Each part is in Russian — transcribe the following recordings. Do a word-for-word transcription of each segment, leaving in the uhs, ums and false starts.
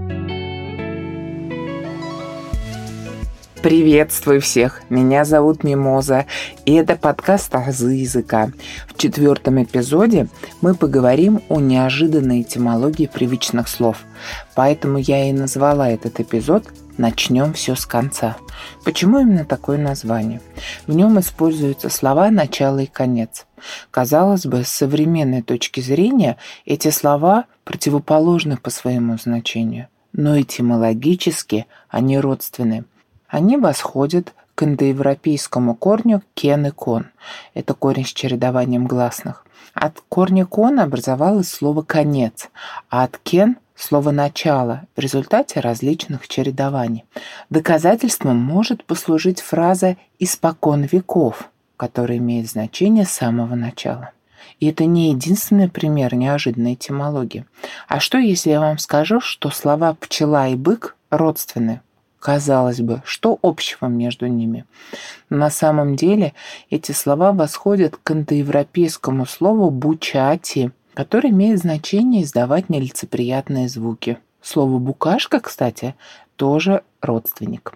Приветствую всех! Меня зовут Мимоза, и это подкаст «Азы языка». В четвертом эпизоде мы поговорим о неожиданной этимологии привычных слов. Поэтому я и назвала этот эпизод «Начнем все с конца». Почему именно такое название? В нем используются слова «начало» и «конец». Казалось бы, с современной точки зрения эти слова противоположны по своему значению, но этимологически они родственны. Они восходят к индоевропейскому корню «кен» и «кон». Это корень с чередованием гласных. От корня «кон» образовалось слово «конец», а от «кен» – слово «начало» в результате различных чередований. Доказательством может послужить фраза «испокон веков», которая имеет значение с самого начала. И это не единственный пример неожиданной этимологии. А что, если я вам скажу, что слова «пчела» и «бык» родственны? Казалось бы, что общего между ними? На самом деле эти слова восходят к индоевропейскому слову «бучати», которое имеет значение издавать нелицеприятные звуки. Слово «букашка», кстати, тоже родственник.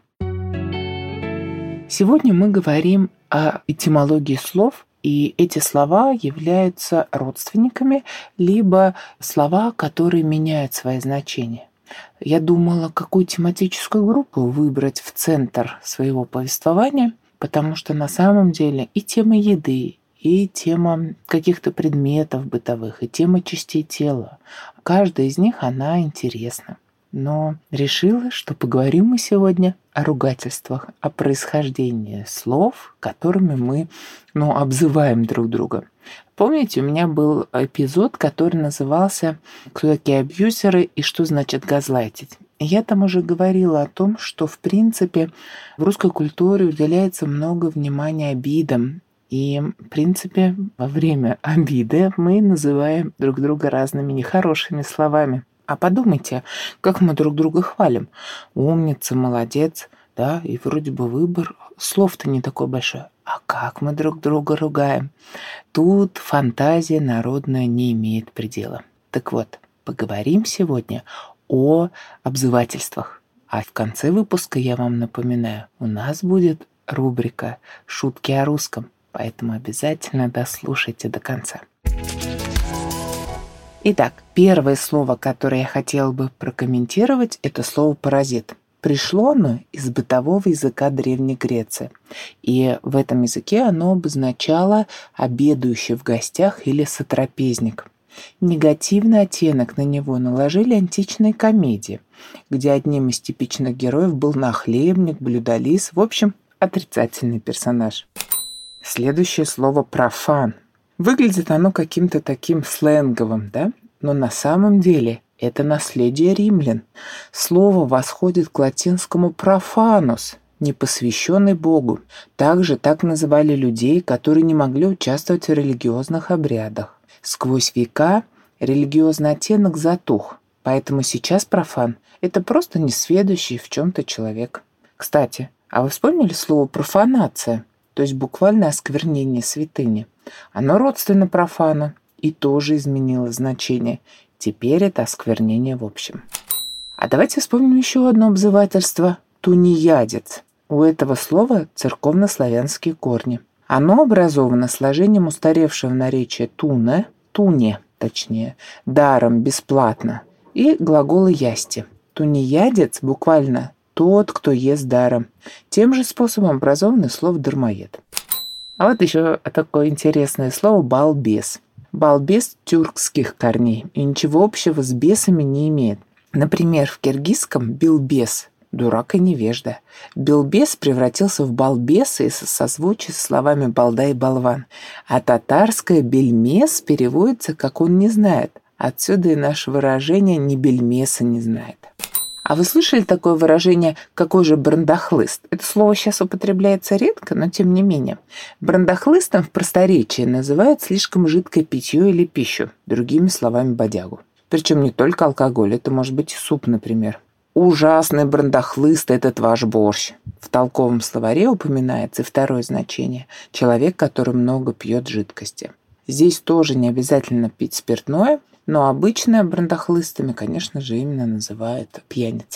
Сегодня мы говорим о этимологии слов, и эти слова являются родственниками, либо слова, которые меняют свои значения. Я думала, какую тематическую группу выбрать в центр своего повествования, потому что на самом деле и тема еды, и тема каких-то предметов бытовых, и тема частей тела, каждая из них, она интересна. Но решила, что поговорим мы сегодня о ругательствах, о происхождении слов, которыми мы, ну, обзываем друг друга. Помните, у меня был эпизод, который назывался «Кто такие абьюзеры и что значит газлайтить?». Я там уже говорила о том, что, в принципе, в русской культуре уделяется много внимания обидам. И, в принципе, во время обиды мы называем друг друга разными нехорошими словами. А подумайте, как мы друг друга хвалим. Умница, молодец, да, и вроде бы выбор слов-то не такой большой. А как мы друг друга ругаем? Тут фантазия народная не имеет предела. Так вот, поговорим сегодня о обзывательствах. А в конце выпуска, я вам напоминаю, у нас будет рубрика «Шутки о русском», поэтому обязательно дослушайте до конца. Итак, первое слово, которое я хотела бы прокомментировать, это слово «паразит». Пришло оно из бытового языка Древней Греции, и в этом языке оно обозначало обедающий в гостях или сотрапезник. Негативный оттенок на него наложили античные комедии, где одним из типичных героев был нахлебник, блюдолиз, в общем, отрицательный персонаж. Следующее слово «профан». Выглядит оно каким-то таким сленговым, да? Но на самом деле это наследие римлян. Слово восходит к латинскому «профанус», непосвященный Богу. Также так называли людей, которые не могли участвовать в религиозных обрядах. Сквозь века религиозный оттенок затух, поэтому сейчас профан – это просто несведущий в чем-то человек. Кстати, а вы вспомнили слово «профанация», то есть буквально осквернение святыни? Оно родственно профану и тоже изменило значение. Теперь это осквернение в общем. А давайте вспомним еще одно обзывательство – тунеядец. У этого слова церковнославянские корни. Оно образовано сложением устаревшего наречия «туне», «туне», точнее, «даром», «бесплатно» и глагола «ясти». Тунеядец буквально «тот, кто ест даром». Тем же способом образовано слово «дармоед». А вот еще такое интересное слово «балбес». Балбес тюркских корней и ничего общего с бесами не имеет. Например, в киргизском «билбес» – дурак и невежда. Билбес превратился в балбеса из созвучия со словами «балда» и «болван». А татарское «бельмес» переводится как «он не знает». Отсюда и наше выражение «ни бельмеса не знает». А вы слышали такое выражение «какой же брандахлыст»? Это слово сейчас употребляется редко, но тем не менее. Брандахлыстом в просторечии называют слишком жидкое питье или пищу, другими словами бодягу. Причем не только алкоголь, это может быть и суп, например. «Ужасный брандахлыст этот ваш борщ». В толковом словаре упоминается и второе значение – человек, который много пьет жидкости. Здесь тоже не обязательно пить спиртное, Но обычно брандахлыстами, конечно же, именно называют пьяниц.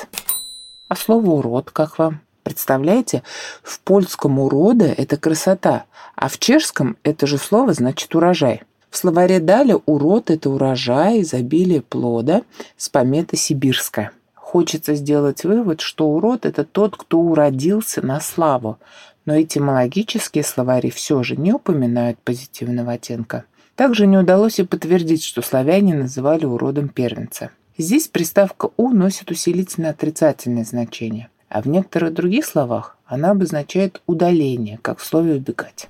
А слово «урод» как вам? Представляете, в польском «урода» — это красота, а в чешском это же слово значит «урожай». В словаре Даля «урод» — это урожай, изобилие плода с пометой «сибирская». Хочется сделать вывод, что урод — это тот, кто уродился на славу, но этимологические словари все же не упоминают позитивного оттенка. Также не удалось и подтвердить, что славяне называли уродом первенца. Здесь приставка «у» носит усилительно отрицательное значение, а в некоторых других словах она обозначает удаление, как в слове «убегать».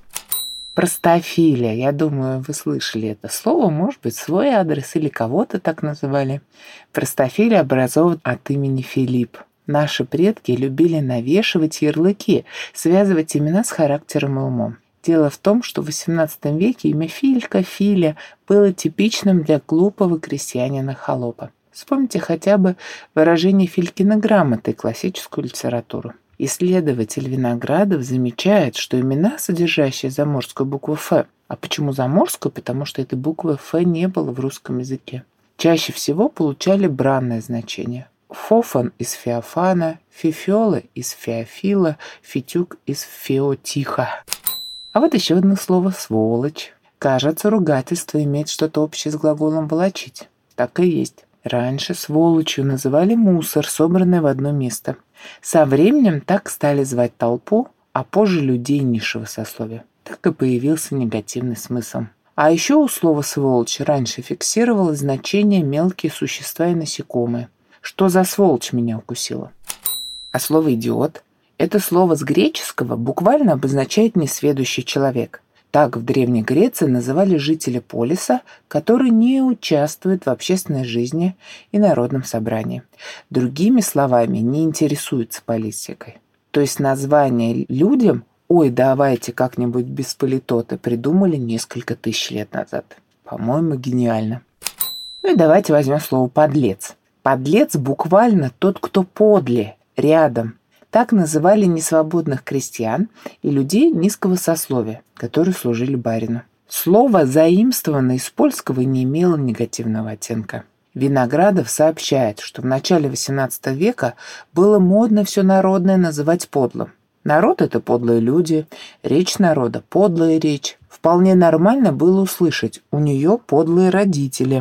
Простофиля. Я думаю, вы слышали это слово, может быть, свой адрес или кого-то так называли. Простофиля образован от имени Филипп. Наши предки любили навешивать ярлыки, связывать имена с характером и умом. Дело в том, что в восемнадцатом веке имя Филька, Филя было типичным для глупого крестьянина-холопа. Вспомните хотя бы выражение Филькина грамоты и классическую литературу. Исследователь Виноградов замечает, что имена, содержащие заморскую букву «Ф», а почему заморскую? Потому что этой буквы «Ф» не было в русском языке, чаще всего получали бранное значение. Фофан из Феофана, Фифёла из Феофила, Фитюк из Феотиха. А вот еще одно слово «сволочь». Кажется, ругательство имеет что-то общее с глаголом «волочить». Так и есть. Раньше сволочью называли мусор, собранный в одно место. Со временем так стали звать толпу, а позже людей низшего сословия. Так и появился негативный смысл. А еще у слова «сволочь» раньше фиксировалось значение «мелкие существа и насекомые». Что за сволочь меня укусила? А слово «идиот»? Это слово с греческого буквально обозначает несведущий человек. Так в Древней Греции называли жители полиса, которые не участвуют в общественной жизни и народном собрании. Другими словами, не интересуются политикой. То есть название людям «Ой, давайте как-нибудь без политота» придумали несколько тысяч лет назад. По-моему, гениально. Ну и давайте возьмем слово «подлец». Подлец буквально тот, кто подле, рядом. Так называли несвободных крестьян и людей низкого сословия, которые служили барину. Слово, заимствованное из польского, не имело негативного оттенка. Виноградов сообщает, что в начале восемнадцатого века было модно все народное называть подлым. Народ — это подлые люди, речь народа — подлая речь. Вполне нормально было услышать «у нее подлые родители».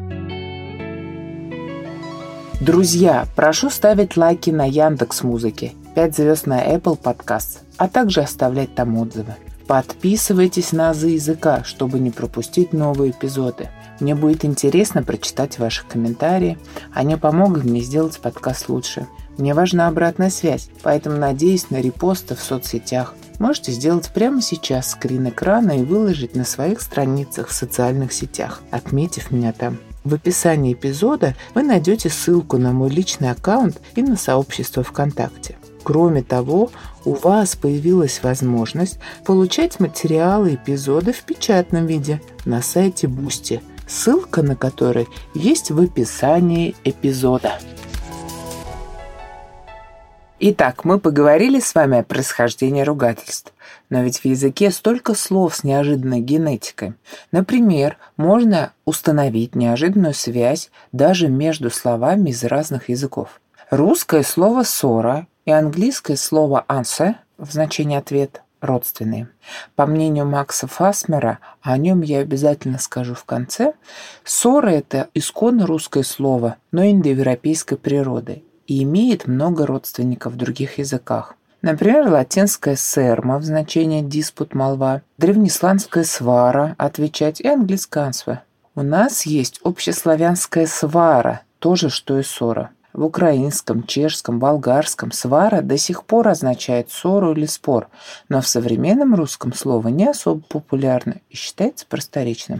Друзья, прошу ставить лайки на Яндекс.Музыке, пять звезд на Apple Podcasts, а также оставлять там отзывы. Подписывайтесь на «Азы языка», чтобы не пропустить новые эпизоды. Мне будет интересно прочитать ваши комментарии, они помогут мне сделать подкаст лучше. Мне важна обратная связь, поэтому надеюсь на репосты в соцсетях. Можете сделать прямо сейчас скрин экрана и выложить на своих страницах в социальных сетях, отметив меня там. В описании эпизода вы найдете ссылку на мой личный аккаунт и на сообщество ВКонтакте. Кроме того, у вас появилась возможность получать материалы эпизода в печатном виде на сайте Boosty, ссылка на который есть в описании эпизода. Итак, мы поговорили с вами о происхождении ругательств. Но ведь в языке столько слов с неожиданной генетикой. Например, можно установить неожиданную связь даже между словами из разных языков. Русское слово «ссора» и английское слово «answer» в значении «ответ» родственные. По мнению Макса Фасмера, о нем я обязательно скажу в конце, ссора – это исконно русское слово, но индоевропейской природы и имеет много родственников в других языках. Например, латинское «серма» в значении «диспут», «молва», древнеисландское «свара» – «отвечать» и английское «answer». У нас есть общеславянское «свара», тоже что и «ссора». В украинском, чешском, болгарском «свара» до сих пор означает ссору или спор, но в современном русском слово не особо популярно и считается просторечным.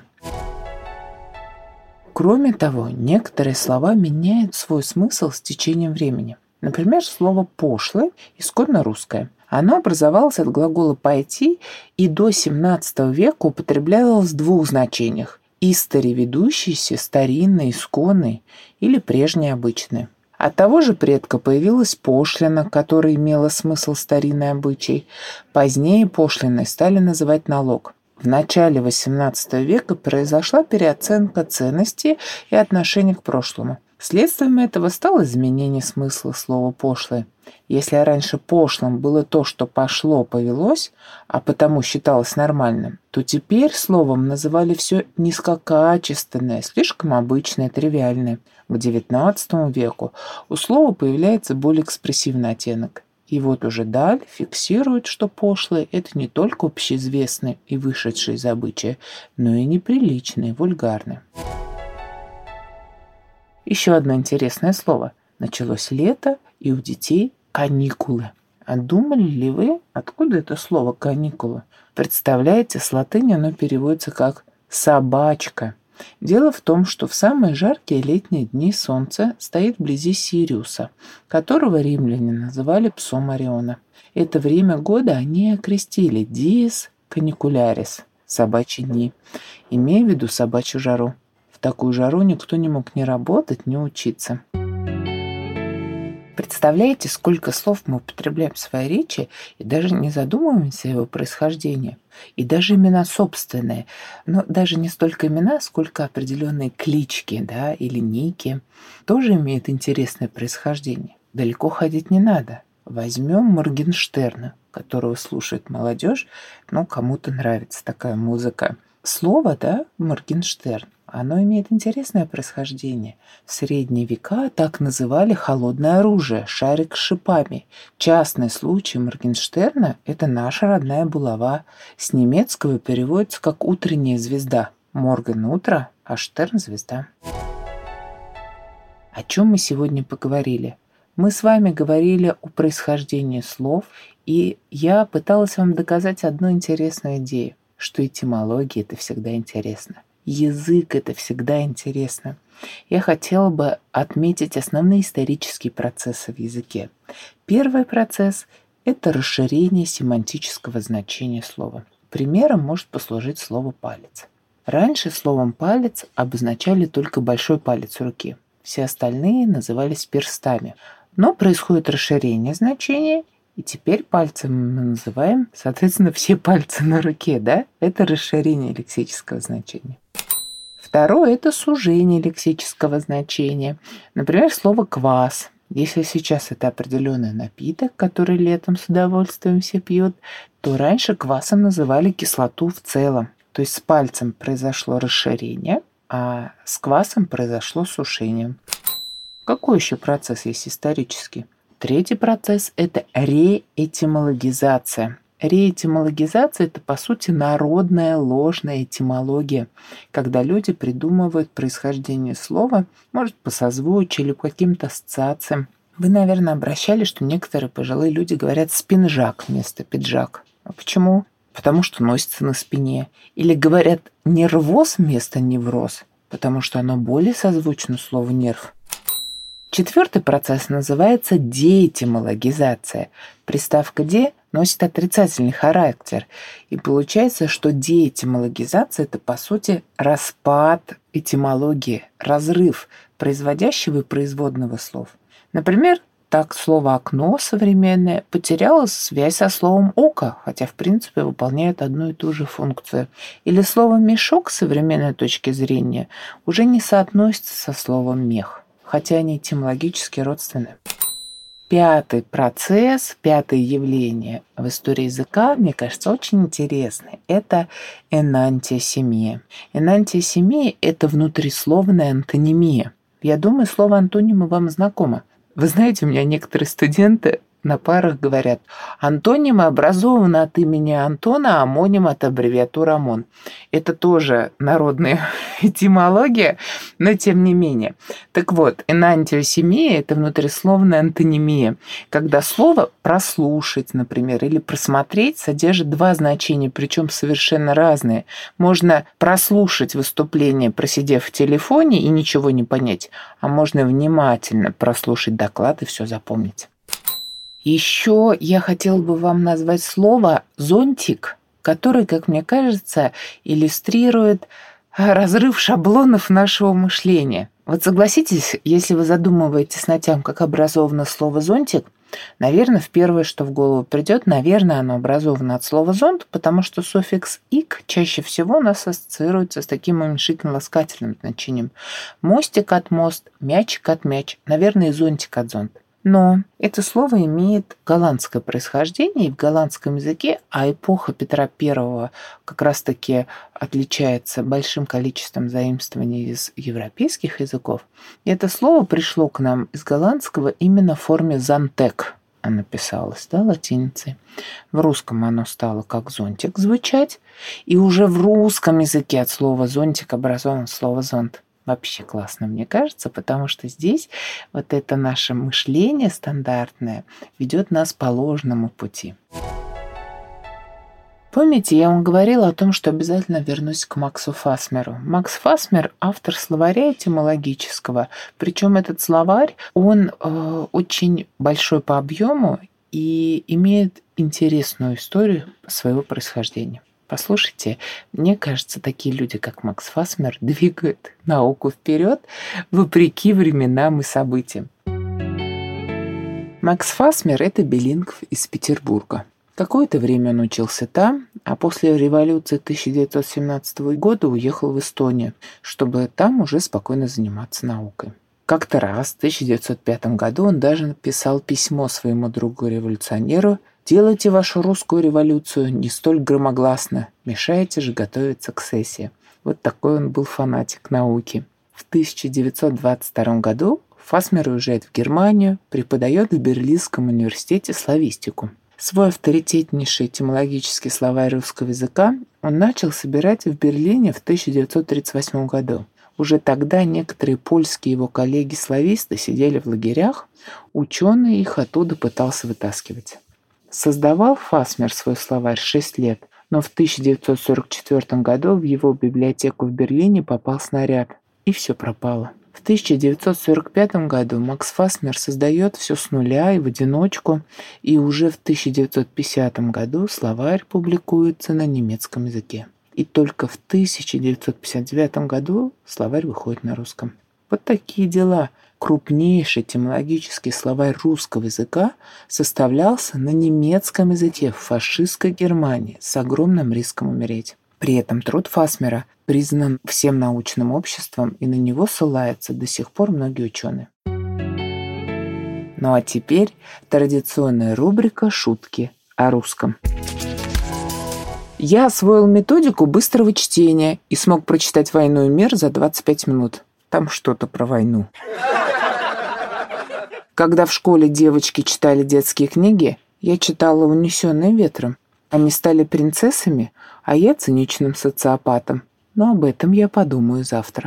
Кроме того, некоторые слова меняют свой смысл с течением времени. Например, слово «пошлый» исконно русское. Оно образовалось от глагола «пойти» и до семнадцатого века употреблялось в двух значениях – истори ведущийся, старинный, исконный или прежний обычный. От того же предка появилась пошлина, которая имела смысл старинный обычай. Позднее пошлиной стали называть налог. В начале восемнадцатого века произошла переоценка ценностей и отношений к прошлому. Следствием этого стало изменение смысла слова «пошлое». Если раньше пошлым было то, что пошло, повелось, а потому считалось нормальным, то теперь словом называли все низкокачественное, слишком обычное, тривиальное. К девятнадцатому веку у слова появляется более экспрессивный оттенок. И вот уже Даль фиксирует, что пошлое – это не только общеизвестное и вышедшее из обычая, но и неприличное, вульгарное. Еще одно интересное слово. Началось лето, и у детей каникулы. А думали ли вы, откуда это слово «каникула»? Представляете, с латыни оно переводится как «собачка». Дело в том, что в самые жаркие летние дни солнце стоит вблизи Сириуса, которого римляне называли псом Ориона. Это время года они окрестили «диес каникулярис» – собачьи дни, имея в виду собачью жару. В такую жару никто не мог ни работать, ни учиться. Представляете, сколько слов мы употребляем в своей речи и даже не задумываемся о его происхождении. И даже имена собственные. Но даже не столько имена, сколько определенные клички, да, или ники тоже имеют интересное происхождение. Далеко ходить не надо. Возьмем Моргенштерна, которого слушает молодежь, ну, кому-то нравится такая музыка. Слово, да, Моргенштерн, оно имеет интересное происхождение. В средние века так называли холодное оружие, шарик с шипами. Частный случай Моргенштерна – это наша родная булава. С немецкого переводится как «утренняя звезда». Морген – утро, а Штерн – звезда. О чем мы сегодня поговорили? Мы с вами говорили о происхождении слов, и я пыталась вам доказать одну интересную идею, что этимология – это всегда интересно. Язык – это всегда интересно. Я хотела бы отметить основные исторические процессы в языке. Первый процесс – это расширение семантического значения слова. Примером может послужить слово «палец». Раньше словом «палец» обозначали только большой палец руки. Все остальные назывались перстами. Но происходит расширение значения, и теперь пальцем мы называем, соответственно, все пальцы на руке, да? Это расширение лексического значения. Второе – это сужение лексического значения. Например, слово «квас». Если сейчас это определенный напиток, который летом с удовольствием все пьют, то раньше квасом называли кислоту в целом. То есть с пальцем произошло расширение, а с квасом произошло сушение. Какой еще процесс есть исторический? Третий процесс – это реэтимологизация. Реэтимологизация – это, по сути, народная ложная этимология, когда люди придумывают происхождение слова, может, по созвучию или по каким-то ассоциациям. Вы, наверное, обращались, что некоторые пожилые люди говорят «спинжак» вместо «пиджак». А почему? Потому что носится на спине. Или говорят «нервоз» вместо «невроз», потому что оно более созвучно слову «нерв». Четвертый процесс называется деэтимологизация. Приставка «де» носит отрицательный характер. И получается, что деэтимологизация – это, по сути, распад этимологии, разрыв производящего и производного слов. Например, так слово «окно» современное потеряло связь со словом «око», хотя, в принципе, выполняет одну и ту же функцию. Или слово «мешок» с современной точки зрения уже не соотносится со словом «мех», хотя они этимологически родственны. Пятый процесс, пятое явление в истории языка, мне кажется, очень интересное. Это энантиосемия. Энантиосемия – это внутрисловная антонимия. Я думаю, слово антонимы вам знакомо. Вы знаете, у меня некоторые студенты на парах говорят: антонимы образованы от имени Антона, а амоним от аббревиатуры ОМОН. Это тоже народная этимология, но тем не менее. Так вот, энантиосемия – это внутрисловная антонимия, когда слово «прослушать», например, или «просмотреть» содержит два значения, причем совершенно разные. Можно прослушать выступление, просидев в телефоне, и ничего не понять, а можно внимательно прослушать доклад и все запомнить. Еще я хотела бы вам назвать слово «зонтик», которое, как мне кажется, иллюстрирует разрыв шаблонов нашего мышления. Вот согласитесь, если вы задумываетесь над тем, как образовано слово «зонтик», наверное, в первое, что в голову придет, наверное, оно образовано от слова «зонт», потому что суффикс «ик» чаще всего у нас ассоциируется с таким уменьшительно-ласкательным значением. Мостик от мост, мячик от мяч, наверное, и зонтик от зонт. Но это слово имеет голландское происхождение, и в голландском языке, а эпоха Петра Первого как раз-таки отличается большим количеством заимствований из европейских языков. И это слово пришло к нам из голландского именно в форме «зонтек». Оно писалось, да, латиницей. В русском оно стало как «зонтик» звучать, и уже в русском языке от слова «зонтик» образовано слово «зонт». Вообще классно, мне кажется, потому что здесь вот это наше мышление стандартное ведет нас по ложному пути. Помните, я вам говорила о том, что обязательно вернусь к Максу Фасмеру. Макс Фасмер – автор словаря этимологического, причем этот словарь, он э, очень большой по объему и имеет интересную историю своего происхождения. Послушайте, мне кажется, такие люди, как Макс Фасмер, двигают науку вперед вопреки временам и событиям. Макс Фасмер – это билингв из Петербурга. Какое-то время он учился там, а после революции тысяча девятьсот семнадцатого года уехал в Эстонию, чтобы там уже спокойно заниматься наукой. Как-то раз, в тысяча девятьсот пятом году, он даже написал письмо своему другу-революционеру: «Делайте вашу русскую революцию не столь громогласно, мешаете же готовиться к сессии». Вот такой он был фанатик науки. В тысяча девятьсот двадцать втором году Фасмер уезжает в Германию, преподает в Берлинском университете славистику. Свой авторитетнейший этимологический словарь русского языка он начал собирать в Берлине в тысяча девятьсот тридцать восьмом году. Уже тогда некоторые польские его коллеги-слависты сидели в лагерях, ученый их оттуда пытался вытаскивать. Создавал Фасмер свой словарь шесть лет, но в тысяча девятьсот сорок четвёртом году в его библиотеку в Берлине попал снаряд, и все пропало. В тысяча девятьсот сорок пятом году Макс Фасмер создает все с нуля и в одиночку, и уже в тысяча девятьсот пятидесятом году словарь публикуется на немецком языке. И только в тысяча девятьсот пятьдесят девятом году словарь выходит на русском. Вот такие дела. Крупнейший этимологический словарь русского языка составлялся на немецком языке в фашистской Германии с огромным риском умереть. При этом труд Фасмера признан всем научным обществом, и на него ссылаются до сих пор многие ученые. Ну а теперь традиционная рубрика «Шутки о русском». Я освоил методику быстрого чтения и смог прочитать «Войну и мир» за двадцать пять минут. Там что-то про войну. Когда в школе девочки читали детские книги, я читала «Унесённые ветром». Они стали принцессами, а я циничным социопатом. Но об этом я подумаю завтра.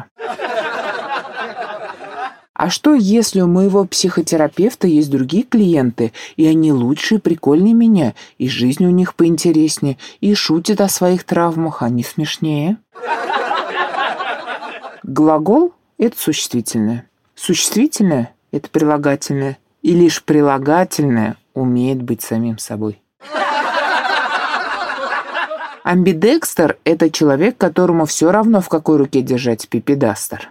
А что, если у моего психотерапевта есть другие клиенты, и они лучше и прикольнее меня, и жизнь у них поинтереснее, и шутят о своих травмах, они смешнее? Глагол – это существительное. Существительное – это прилагательное. И лишь прилагательное умеет быть самим собой. Амбидекстер – это человек, которому все равно, в какой руке держать пипедастер.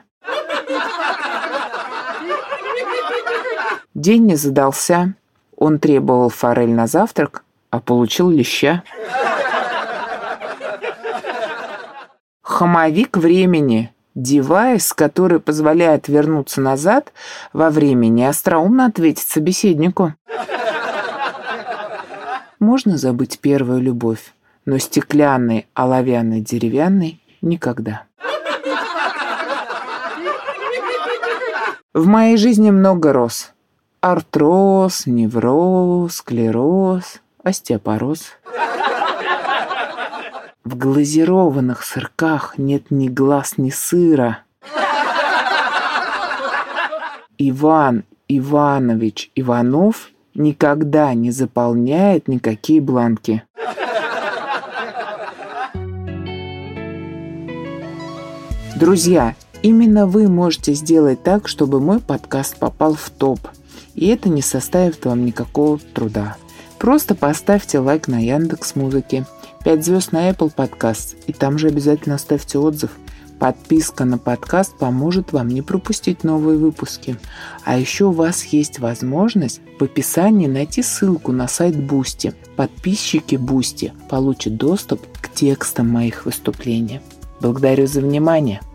День не задался. Он требовал форель на завтрак, а получил леща. Хомовик времени – девайс, который позволяет вернуться назад во времени и остроумно ответить собеседнику. Можно забыть первую любовь, но стеклянный, оловянный, деревянный – никогда. В моей жизни много роз. Артроз, невроз, склероз, остеопороз. В глазированных сырках нет ни глаз, ни сыра. Иван Иванович Иванов никогда не заполняет никакие бланки. Друзья, именно вы можете сделать так, чтобы мой подкаст попал в топ. И это не составит вам никакого труда. Просто поставьте лайк на Яндекс.Музыке, пять звезд на Apple Podcast, и там же обязательно оставьте отзыв. Подписка на подкаст поможет вам не пропустить новые выпуски. А еще у вас есть возможность в описании найти ссылку на сайт Boosty. Подписчики Boosty получат доступ к текстам моих выступлений. Благодарю за внимание.